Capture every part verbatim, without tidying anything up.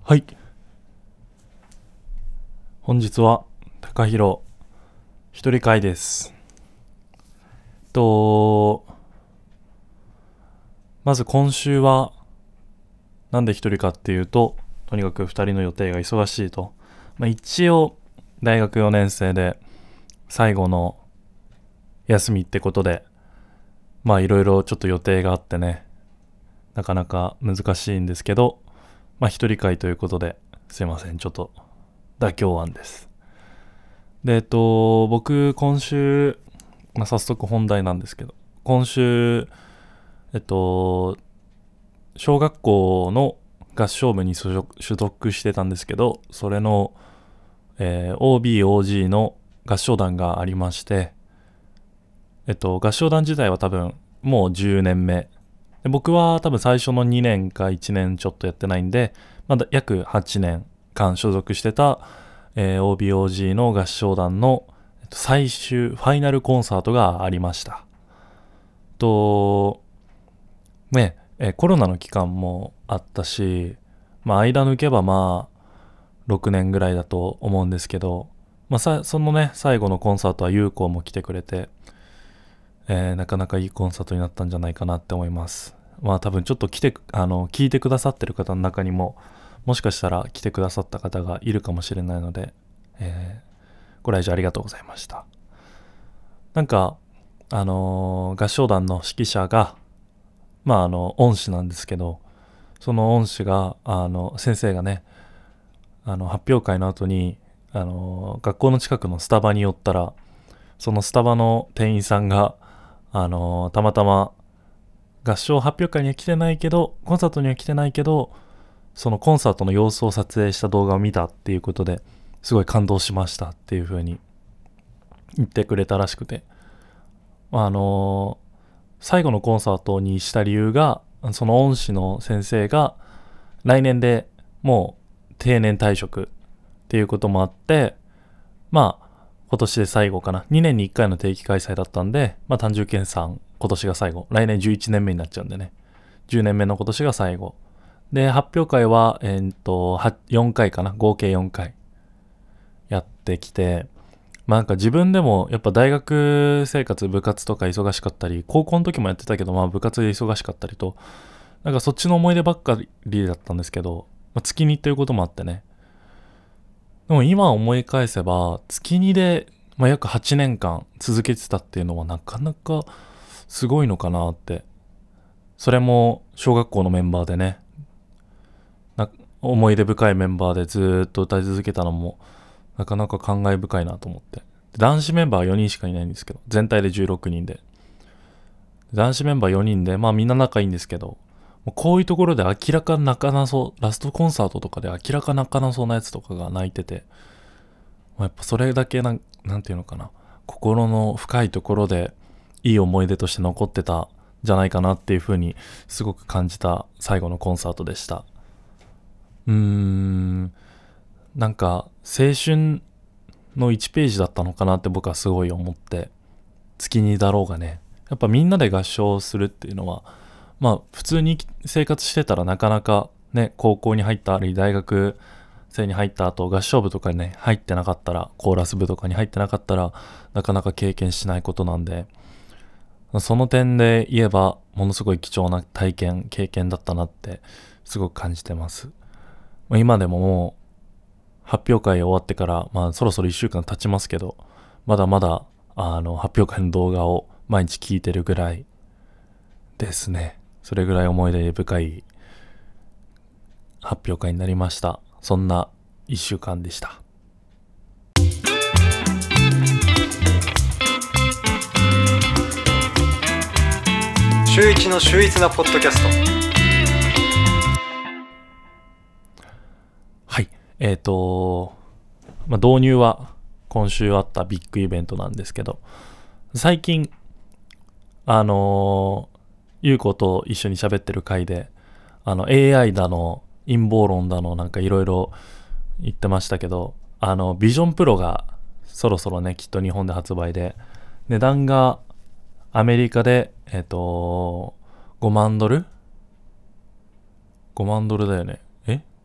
はい。本日は高弘一人会です。とまず今週はなんで一人かっていうと、とにかく二人の予定が忙しいと。まあ、一応大学よねん生で最後の休みってことで、まあいろいろちょっと予定があってね、なかなか難しいんですけど、まあ一人会ということで、すいません、ちょっと妥協案です。で、えっと、僕、今週、まあ、早速本題なんですけど、今週、えっと、小学校の合唱部に所属所属してたんですけど、それの、えー オービー、オージー の合唱団がありまして、えっと、合唱団自体は多分、もうじゅうねんめ。で僕は多分最初のにねんかいちねんちょっとやってないんで、まだ約はちねんかん所属してた、えー オービー、オージー の合唱団のえっと最終、ファイナルコンサートがありました。と、ね、えーコロナの期間もあったし、まあ間抜けばまあろくねんぐらいだと思うんですけど、まあさ、そのね、最後のコンサートは有効も来てくれて、えーなかなかいいコンサートになったんじゃないかなって思います。まあ多分ちょっと来て、あの、聞いてくださってる方の中にも、もしかしたら来てくださった方がいるかもしれないので、えーご来場ありがとうございました。なんか、あのー合唱団の指揮者が、まああの、恩師なんですけど、その恩師が、あの、先生がね、あの、発表会の後に、あのー学校の近くのスタバに寄ったら、そのスタバの店員さんが、あのーたまたま合唱発表会には来てないけど、コンサートには来てないけど、そのコンサートの様子を撮影した動画を見たっていうことで、すごい感動しましたっていう風に言ってくれたらしくて、あのー最後のコンサートにした理由が、その恩師の先生が来年でもう定年退職っていうこともあって、まあ今年で最後かな。にねんにいっかいの定期開催だったんで、まあ単純計算今年が最後。来年じゅういちねんめになっちゃうんでね。じゅうねんめの今年が最後。で、発表会は、えーっと、よんかいかな。合計よんかいやってきて、まあなんか自分でもやっぱ大学生活、部活とか忙しかったり、高校の時もやってたけど、まあ部活で忙しかったりと、なんかそっちの思い出ばっかりだったんですけど、まあ、月にということもあってね。でも今思い返せば、月にで、まあ、約はちねんかん続けてたっていうのはなかなかすごいのかなって。それも小学校のメンバーでね、な思い出深いメンバーでずーっと歌い続けたのもなかなか感慨深いなと思って。男子メンバーはよにんしかいないんですけど、全体でじゅうろくにんで。男子メンバーよにんで、まあみんな仲いいんですけど、もうこういうところで明らか泣かなそう、ラストコンサートとかで明らか泣かなそうなやつとかが泣いてて、やっぱそれだけなん、なんていうのかな、心の深いところでいい思い出として残ってたんじゃないかなっていう風にすごく感じた最後のコンサートでした。うーん、なんか青春のいちページだったのかなって僕はすごい思って、月にだろうがね、やっぱみんなで合唱するっていうのは、まあ普通に生活してたらなかなかね、高校に入ったり大学生に入った後合唱部とかにね入ってなかったら、コーラス部とかに入ってなかったらなかなか経験しないことなんで、その点で言えばものすごい貴重な体験経験だったなってすごく感じてます。今でももう発表会終わってからまあそろそろいっしゅうかん経ちますけど、まだまだあの発表会の動画を毎日聞いてるぐらいですね。それぐらい思い出深い発表会になりました。そんないっしゅうかんでした。 週一の秀逸なポッドキャスト。 はい。えっ、と、まあ、導入は今週あったビッグイベントなんですけど、最近、あのー、ゆうこと一緒に喋ってる回で、あの エーアイ だの、陰謀論だの、なんかいろいろ言ってましたけど、あの、ビジョンプロがそろそろね、きっと日本で発売で、値段がアメリカで、えっ、と、ごまんドル ?ご 万ドルだよね。え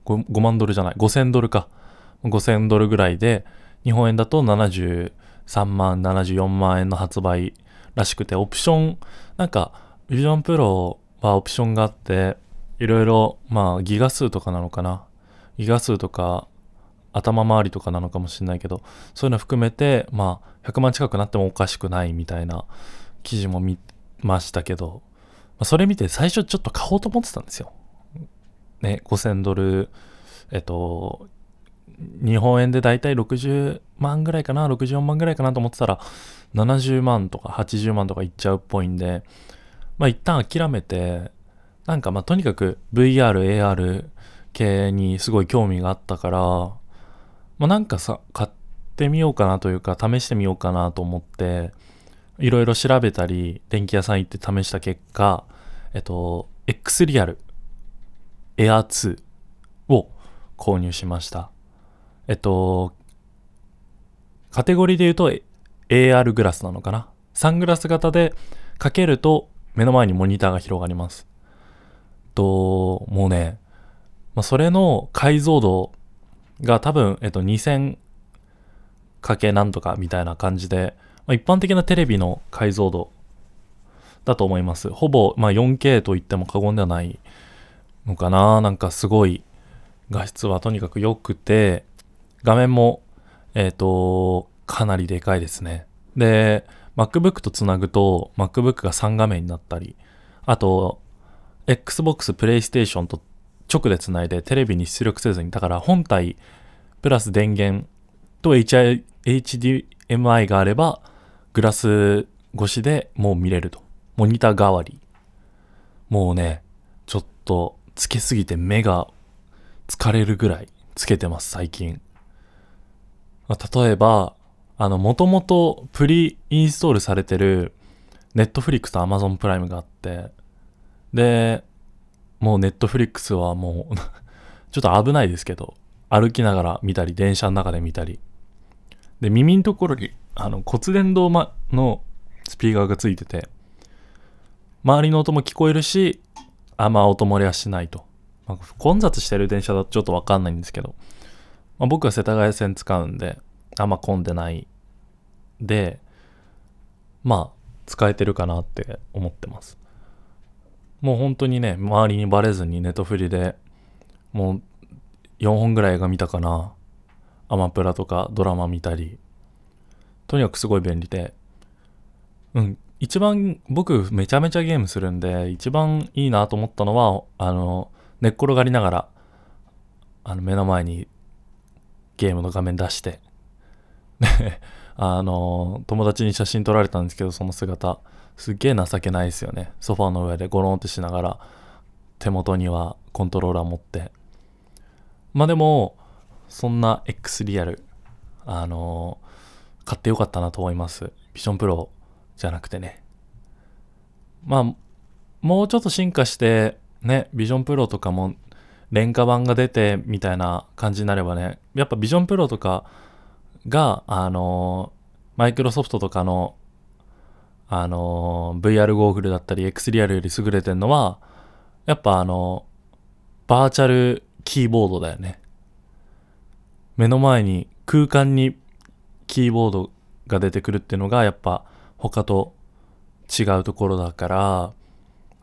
ご, ごまんドルじゃないごせんドルかごせんドルぐらいで、日本円だとななじゅうさんまんななじゅうよんまん円の発売らしくて、オプションなんかビジョンプロはオプションがあって、いろいろまあギガ数とかなのかな、ギガ数とか頭周りとかなのかもしれないけど、そういうの含めてまあひゃくまん近くなってもおかしくないみたいな記事も見ましたけど、それ見て最初ちょっと買おうと思ってたんですよね。ごせんドル、えっと日本円でだいたいろくじゅうまんぐらいかな、ろくじゅうよんまんぐらいかなと思ってたらななじゅうまんとかはちじゅうまんとかいっちゃうっぽいんで、まあ一旦諦めて、なんかまあとにかく ブイアール、エーアール 系にすごい興味があったから、まあなんかさ、買ってみようかなというか試してみようかなと思って、いろいろ調べたり、電気屋さん行って試した結果、えっと、X リアル エアーツー を購入しました。えっと、カテゴリーで言うと エーアール グラスなのかな。サングラス型でかけると目の前にモニターが広がります。と、もうね、まあ、それの解像度が多分、えっと、にせんかけなんとかみたいな感じで、まあ、一般的なテレビの解像度だと思います。ほぼ、まあ、よんケー と言っても過言ではないのかな。なんかすごい画質はとにかく良くて、画面も、えっと、かなりでかいですね。で、MacBook とつなぐと MacBook がさん画面になったり、あと Xbox、PlayStation と直でつないでテレビに出力せずに、だから本体プラス電源と エイチディーエムアイ があればグラス越しでもう見れると。モニター代わり。もうね、ちょっとつけすぎて目が疲れるぐらいつけてます最近。例えば、あの、もともとプリインストールされてる Netflix と Amazon プライムがあって、で、もう Netflix はもうちょっと危ないですけど、歩きながら見たり、電車の中で見たり。で、耳のところに、あの、骨伝導のスピーカーがついてて、周りの音も聞こえるし、あんま音漏れはしないと。まあ、混雑してる電車だとちょっとわかんないんですけど、まあ、僕は世田谷線使うんで、あんま混んでないで、まあ、使えてるかなって思ってます。もう本当にね、周りにバレずにネトフリでもうよんほんぐらい映画見たかな。アマプラとかドラマ見たり。とにかくすごい便利で。うん。一番僕めちゃめちゃゲームするんで、一番いいなと思ったのは、あの、寝っ転がりながら、あの目の前にゲームの画面出して、あの、友達に写真撮られたんですけど、その姿、すっげえ情けないですよね。ソファーの上でゴロンってしながら、手元にはコントローラー持って。まあでも、そんな X リアル、あのー、買ってよかったなと思います。ビジョンプロじゃなくてね。まあ、もうちょっと進化して、ね、ビジョンプロとかも廉価版が出てみたいな感じになればね、やっぱビジョンプロとかが、あのー、マイクロソフトとかの、あのー、ブイアール ゴーグルだったり X リアルより優れてるのは、やっぱあの、バーチャルキーボードだよね。目の前に空間にキーボードが出てくるっていうのがやっぱ他と違うところだから、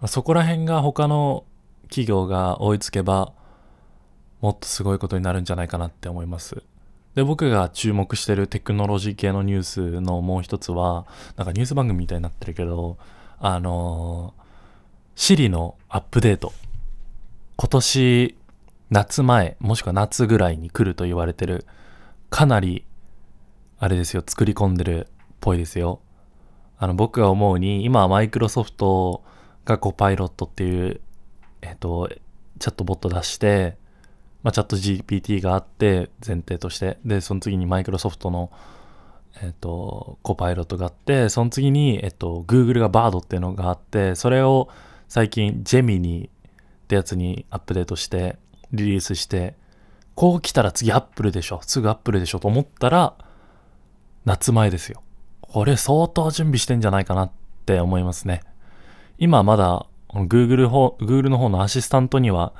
そこら辺が他の企業が追いつけばもっとすごいことになるんじゃないかなって思います。で、僕が注目してるテクノロジー系のニュースのもう一つは、なんかニュース番組みたいになってるけど、あのー、Siri のアップデート。今年夏前、もしくは夏ぐらいに来ると言われてる、かなり、あれですよ、作り込んでるっぽいですよ。あの、僕が思うに、今はマイクロソフトがコパイロットっていう、えっと、チャットボット出して、まあ、チャット ジーピーティー があって、前提として。で、その次にマイクロソフトの、えっと、コパイロットがあって、その次に、えっと、Google が Bard っていうのがあって、それを最近、ジェミニってやつにアップデートして、リリースして、こう来たら次アップルでしょ、すぐアップルでしょと思ったら夏前ですよ。これ相当準備してんじゃないかなって思いますね。今まだ Google, 方 Google の方のアシスタントには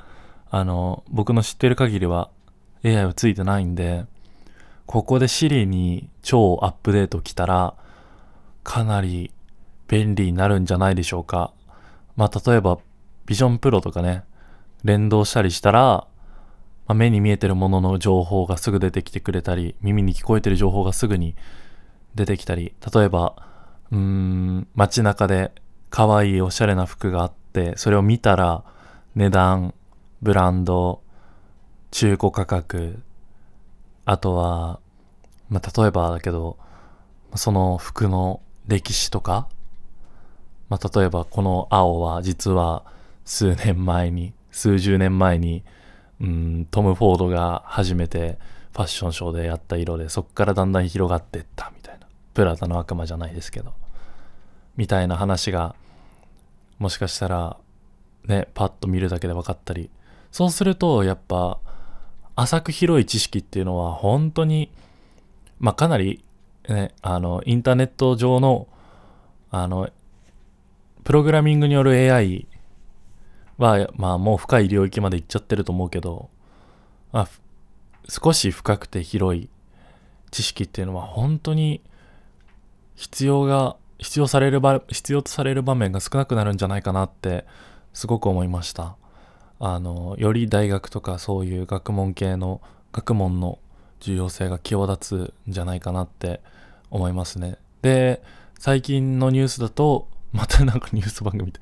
あの僕の知ってる限りは エーアイ はついてないんで、ここで Siri に超アップデート来たらかなり便利になるんじゃないでしょうか。まあ例えばビジョンプロとかね、連動したりしたら、まあ、目に見えてるものの情報がすぐ出てきてくれたり、耳に聞こえてる情報がすぐに出てきたり、例えばうーん街中で可愛いおしゃれな服があって、それを見たら値段、ブランド、中古価格、あとは、まあ、例えばだけどその服の歴史とか、まあ、例えばこの青は実は数年前に数十年前にうんトム・フォードが初めてファッションショーでやった色で、そこからだんだん広がっていったみたいな、プラダの悪魔じゃないですけどみたいな話がもしかしたらねパッと見るだけで分かったり、そうするとやっぱ浅く広い知識っていうのは本当にまあかなりね、あのインターネット上のあのプログラミングによる エーアイ はまあもう深い領域まで行っちゃってると思うけど、まあ、少し深くて広い知識っていうのは本当に必要が必要される場必要とされる場面が少なくなるんじゃないかなってすごく思いました。あのより大学とかそういう学問系の学問の重要性が際立つんじゃないかなって思いますね。で、最近のニュースだとまたなんかニュース番組みたい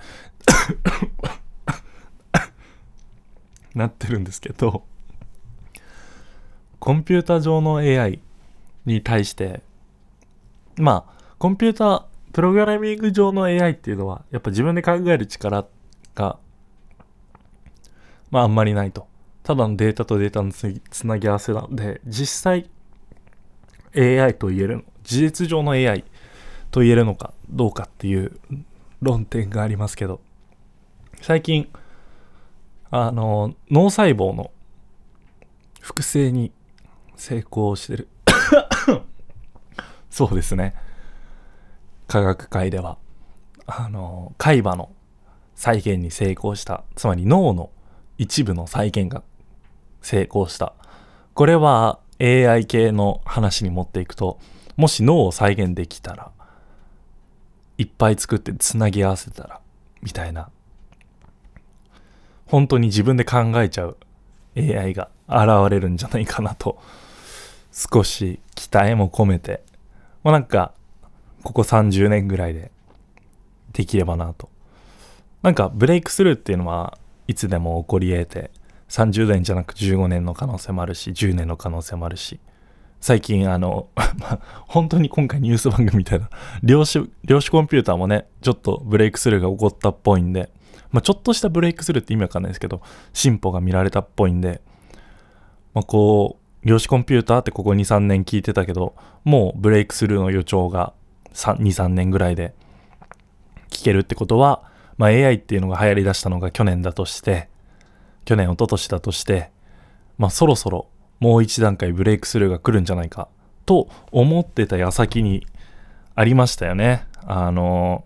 なってるんですけど、コンピュータ上の エーアイ に対してまあコンピュータプログラミング上の エーアイ っていうのはやっぱ自分で考える力がまああんまりないと。ただのデータとデータのつ, つなぎ合わせなので、実際 エーアイ と言えるの、事実上の エーアイ と言えるのかどうかっていう論点がありますけど、最近あの脳細胞の複製に成功してるそうですね、科学界ではあの海馬の再現に成功した、つまり脳の一部の再現が成功した。これは エーアイ 系の話に持っていくと、もし脳を再現できたら、いっぱい作ってつなぎ合わせたらみたいな、本当に自分で考えちゃう エーアイ が現れるんじゃないかなと、少し期待も込めて、まあ、なんかここさんじゅうねんぐらいでできればなと。なんかブレイクスルーっていうのはいつでも起こり得て、さんじゅうねんじゃなくじゅうごねんの可能性もあるし、じゅうねんの可能性もあるし、最近あの本当に今回ニュース番組みたいな量子量子コンピューターもねちょっとブレイクスルーが起こったっぽいんで、まあ、ちょっとしたブレイクスルーって意味わかんないですけど進歩が見られたっぽいんで、まあ、こう量子コンピューターってここ にさんねん聞いてたけど、もうブレイクスルーの予兆がにさんねんぐらいで聞けるってことは、まあ、エーアイ っていうのが流行り出したのが去年だとして去年一昨年だとして、まあ、そろそろもう一段階ブレイクスルーが来るんじゃないかと思ってた矢先にありましたよね。あの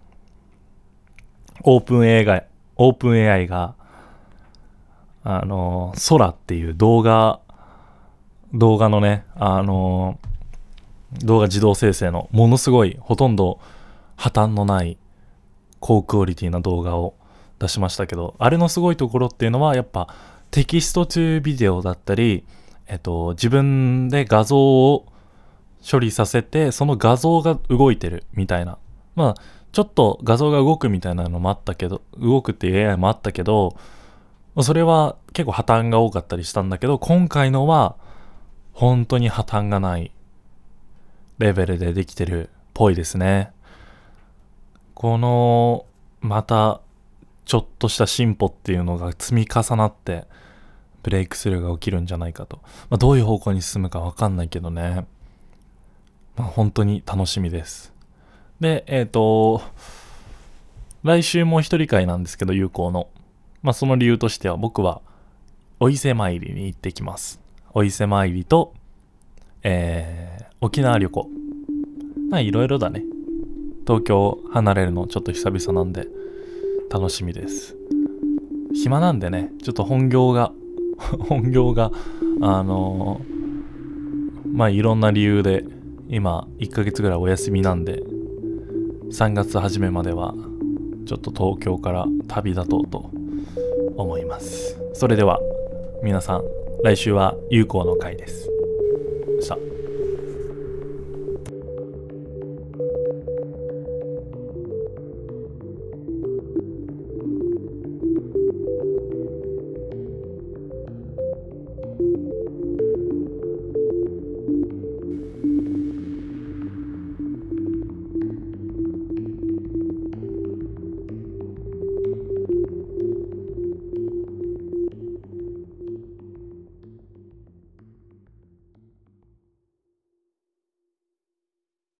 オープン エーアイ がオープン エーアイ があの空っていう動画動画のねあの動画自動生成のものすごいほとんど破綻のない高クオリティな動画を出しましたけど、あれのすごいところっていうのはやっぱテキストトゥビデオだったり、えっと、自分で画像を処理させてその画像が動いてるみたいな、まあちょっと画像が動くみたいなのもあったけど、動くっていう エーアイ もあったけど、それは結構破綻が多かったりしたんだけど、今回のは本当に破綻がないレベルでできてるっぽいですね。このまたちょっとした進歩っていうのが積み重なってブレイクスルーが起きるんじゃないかと、まあ、どういう方向に進むか分かんないけどね、まあ、本当に楽しみです。でえっと来週も一人会なんですけど、有効の、まあ、その理由としては僕はお伊勢参りに行ってきます。お伊勢参りと、えー、沖縄旅行、まあいろいろだね。東京離れるのちょっと久々なんで楽しみです。 暇なんでね、ちょっと本業が本業があのー、まあいろんな理由で今いっかげつぐらいお休みなんで、さんがつ初めまではちょっと東京から旅立とうと思います。それでは皆さん、来週は有効の回です。さあ